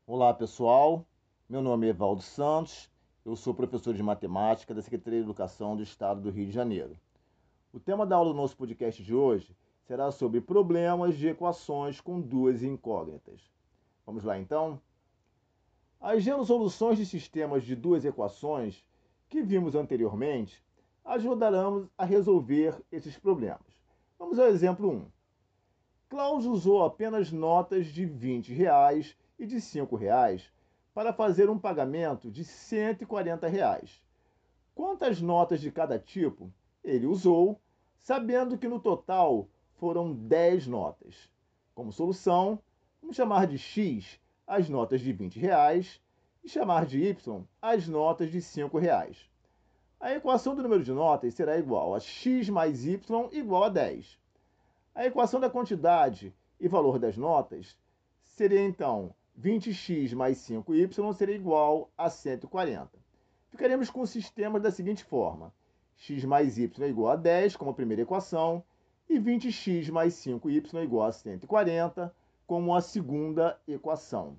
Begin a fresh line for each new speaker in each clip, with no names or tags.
Olá, pessoal. Meu nome é Evaldo Santos. Eu sou professor de matemática da Secretaria de Educação do Estado do Rio de Janeiro. O tema da aula do nosso podcast de hoje será sobre problemas de equações com duas incógnitas. Vamos lá, então? As resoluções de sistemas de duas equações que vimos anteriormente ajudarão a resolver esses problemas. Vamos ao exemplo 1. Cláudio usou apenas notas de R$ 20 e de R$ 5 para fazer um pagamento de R$ 140. Quantas notas de cada tipo ele usou, sabendo que no total foram 10 notas? Como solução, vamos chamar de x as notas de R$ 20 e chamar de y as notas de R$ 5. A equação do número de notas será igual a x mais y igual a 10. A equação da quantidade e valor das notas seria então 20x mais 5y seria igual a 140. Ficaremos com o sistema da seguinte forma: x mais y é igual a 10 como a primeira equação e 20x mais 5y é igual a 140 como a segunda equação.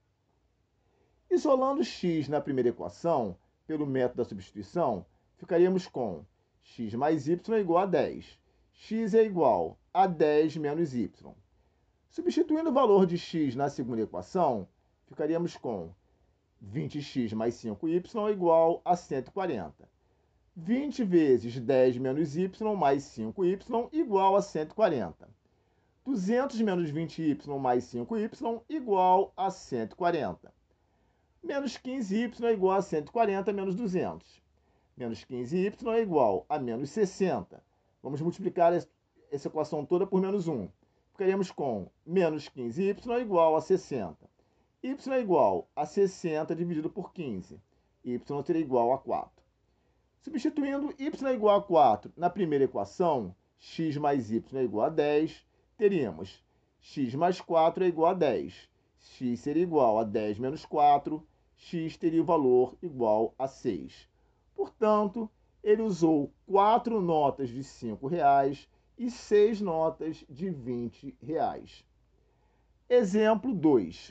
Isolando x na primeira equação pelo método da substituição, ficaríamos com x mais y é igual a 10. X é igual a 10 menos y. Substituindo o valor de x na segunda equação, ficaríamos com 20x mais 5y é igual a 140. 20 vezes 10 menos y mais 5y igual a 140. 200 menos 20y mais 5y igual a 140. Menos 15y é igual a 140 menos 200. Menos 15y é igual a menos 60. Vamos multiplicar essa equação toda por menos 1. Ficaríamos com menos 15y é igual a 60. Y é igual a 60 dividido por 15. Y seria igual a 4. Substituindo y é igual a 4 na primeira equação, x mais y é igual a 10, teríamos x mais 4 é igual a 10. X seria igual a 10 menos 4, x teria o valor igual a 6. Portanto, ele usou 4 notas de R$ 5 e 6 notas de R$ 20. Exemplo 2.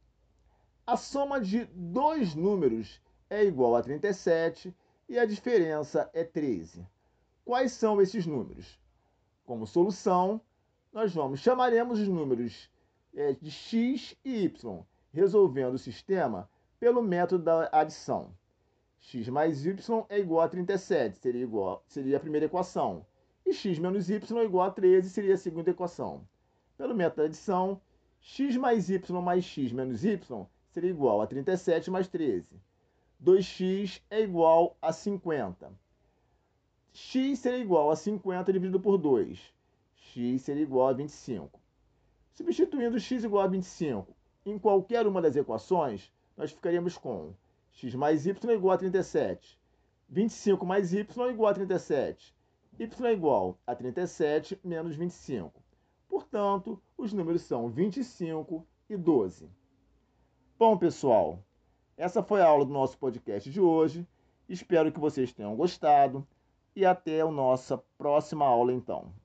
A soma de dois números é igual a 37 e a diferença é 13. Quais são esses números? Como solução, nós chamaremos os números de x e y, resolvendo o sistema pelo método da adição. X mais y é igual a 37, seria a primeira equação. E x menos y é igual a 13, seria a segunda equação. Pelo método da adição, x mais y mais x menos y seria igual a 37 mais 13. 2x é igual a 50. X seria igual a 50 dividido por 2. X seria igual a 25. Substituindo x igual a 25 em qualquer uma das equações, nós ficaríamos com x mais y é igual a 37. 25 mais y é igual a 37. Y é igual a 37 menos 25. Portanto, os números são 25 e 12. Bom, pessoal, essa foi a aula do nosso podcast de hoje. Espero que vocês tenham gostado e até a nossa próxima aula, então.